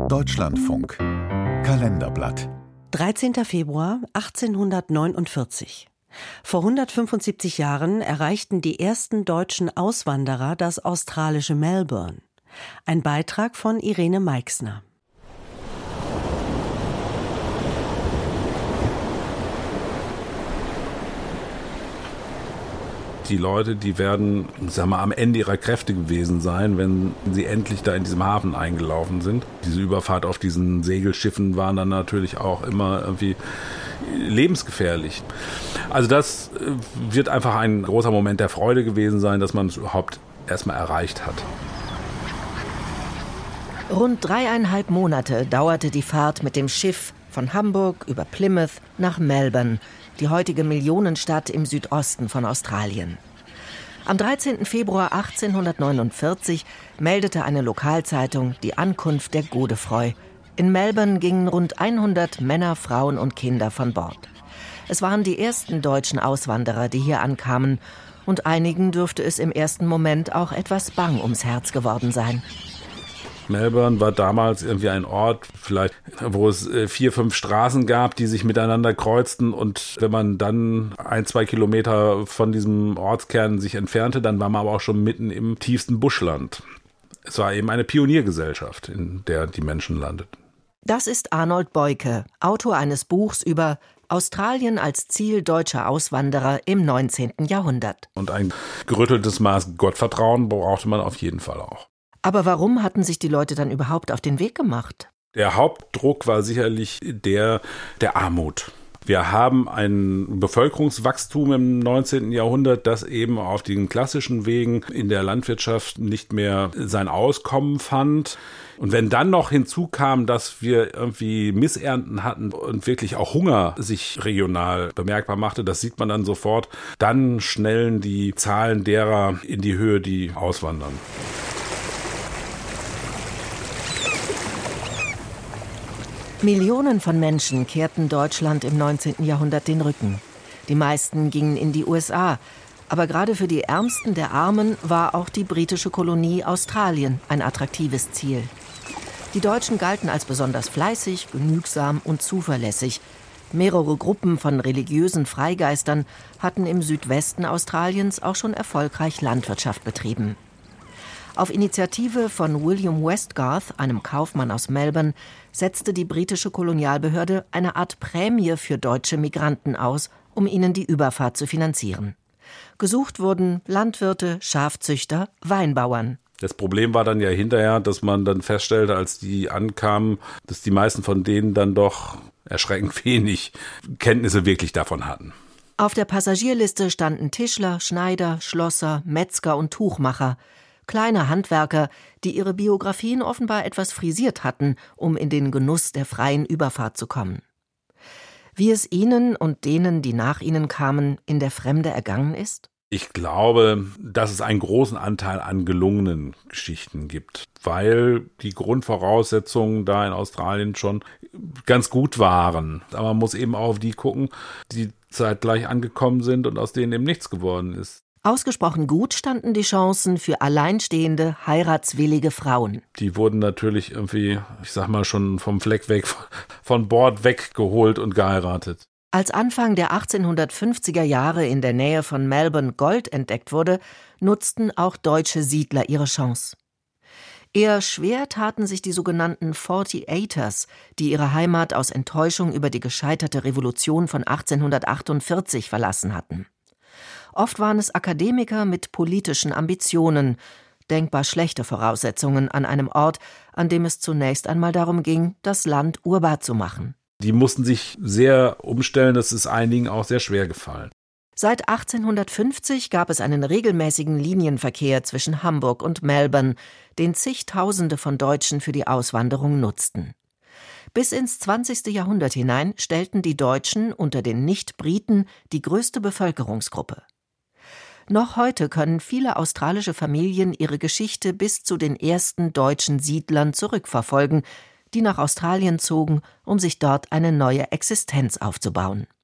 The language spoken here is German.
Deutschlandfunk Kalenderblatt 13. Februar 1849. Vor 175 Jahren erreichten die ersten deutschen Auswanderer das australische Melbourne. Ein Beitrag von Irene Meixner. Die Leute, die werden, am Ende ihrer Kräfte gewesen sein, wenn sie endlich da in diesem Hafen eingelaufen sind. Diese Überfahrt auf diesen Segelschiffen war dann natürlich auch immer irgendwie lebensgefährlich. Also das wird einfach ein großer Moment der Freude gewesen sein, dass man es überhaupt erstmal erreicht hat. Rund 3,5 Monate dauerte die Fahrt mit dem Schiff von Hamburg über Plymouth nach Melbourne, die heutige Millionenstadt im Südosten von Australien. Am 13. Februar 1849 meldete eine Lokalzeitung die Ankunft der Godefroy. In Melbourne gingen rund 100 Männer, Frauen und Kinder von Bord. Es waren die ersten deutschen Auswanderer, die hier ankamen, und einigen dürfte es im ersten Moment auch etwas bang ums Herz geworden sein. Melbourne war damals irgendwie ein Ort, vielleicht, wo es 4, 5 Straßen gab, die sich miteinander kreuzten, und wenn man dann 1, 2 Kilometer von diesem Ortskern sich entfernte, dann war man aber auch schon mitten im tiefsten Buschland. Es war eben eine Pioniergesellschaft, in der die Menschen landeten. Das ist Arnold Boyke, Autor eines Buchs über Australien als Ziel deutscher Auswanderer im 19. Jahrhundert. Und ein gerütteltes Maß Gottvertrauen brauchte man auf jeden Fall auch. Aber warum hatten sich die Leute dann überhaupt auf den Weg gemacht? Der Hauptdruck war sicherlich der Armut. Wir haben ein Bevölkerungswachstum im 19. Jahrhundert, das eben auf den klassischen Wegen in der Landwirtschaft nicht mehr sein Auskommen fand. Und wenn dann noch hinzukam, dass wir irgendwie Missernten hatten und wirklich auch Hunger sich regional bemerkbar machte, das sieht man dann sofort, dann schnellen die Zahlen derer in die Höhe, die auswandern. Millionen von Menschen kehrten Deutschland im 19. Jahrhundert den Rücken. Die meisten gingen in die USA. Aber gerade für die Ärmsten der Armen war auch die britische Kolonie Australien ein attraktives Ziel. Die Deutschen galten als besonders fleißig, genügsam und zuverlässig. Mehrere Gruppen von religiösen Freigeistern hatten im Südwesten Australiens auch schon erfolgreich Landwirtschaft betrieben. Auf Initiative von William Westgarth, einem Kaufmann aus Melbourne, setzte die britische Kolonialbehörde eine Art Prämie für deutsche Migranten aus, um ihnen die Überfahrt zu finanzieren. Gesucht wurden Landwirte, Schafzüchter, Weinbauern. Das Problem war dann ja hinterher, dass man dann feststellte, als die ankamen, dass die meisten von denen dann doch erschreckend wenig Kenntnisse wirklich davon hatten. Auf der Passagierliste standen Tischler, Schneider, Schlosser, Metzger und Tuchmacher. Kleine Handwerker, die ihre Biografien offenbar etwas frisiert hatten, um in den Genuss der freien Überfahrt zu kommen. Wie es ihnen und denen, die nach ihnen kamen, in der Fremde ergangen ist? Ich glaube, dass es einen großen Anteil an gelungenen Geschichten gibt, weil die Grundvoraussetzungen da in Australien schon ganz gut waren. Aber man muss eben auch auf die gucken, die zeitgleich angekommen sind und aus denen eben nichts geworden ist. Ausgesprochen gut standen die Chancen für alleinstehende, heiratswillige Frauen. Die wurden natürlich irgendwie, schon vom Fleck weg, von Bord weggeholt und geheiratet. Als Anfang der 1850er Jahre in der Nähe von Melbourne Gold entdeckt wurde, nutzten auch deutsche Siedler ihre Chance. Eher schwer taten sich die sogenannten 48ers, die ihre Heimat aus Enttäuschung über die gescheiterte Revolution von 1848 verlassen hatten. Oft waren es Akademiker mit politischen Ambitionen, denkbar schlechte Voraussetzungen an einem Ort, an dem es zunächst einmal darum ging, das Land urbar zu machen. Die mussten sich sehr umstellen, das ist einigen auch sehr schwer gefallen. Seit 1850 gab es einen regelmäßigen Linienverkehr zwischen Hamburg und Melbourne, den zigtausende von Deutschen für die Auswanderung nutzten. Bis ins 20. Jahrhundert hinein stellten die Deutschen unter den Nicht-Briten die größte Bevölkerungsgruppe. Noch heute können viele australische Familien ihre Geschichte bis zu den ersten deutschen Siedlern zurückverfolgen, die nach Australien zogen, um sich dort eine neue Existenz aufzubauen.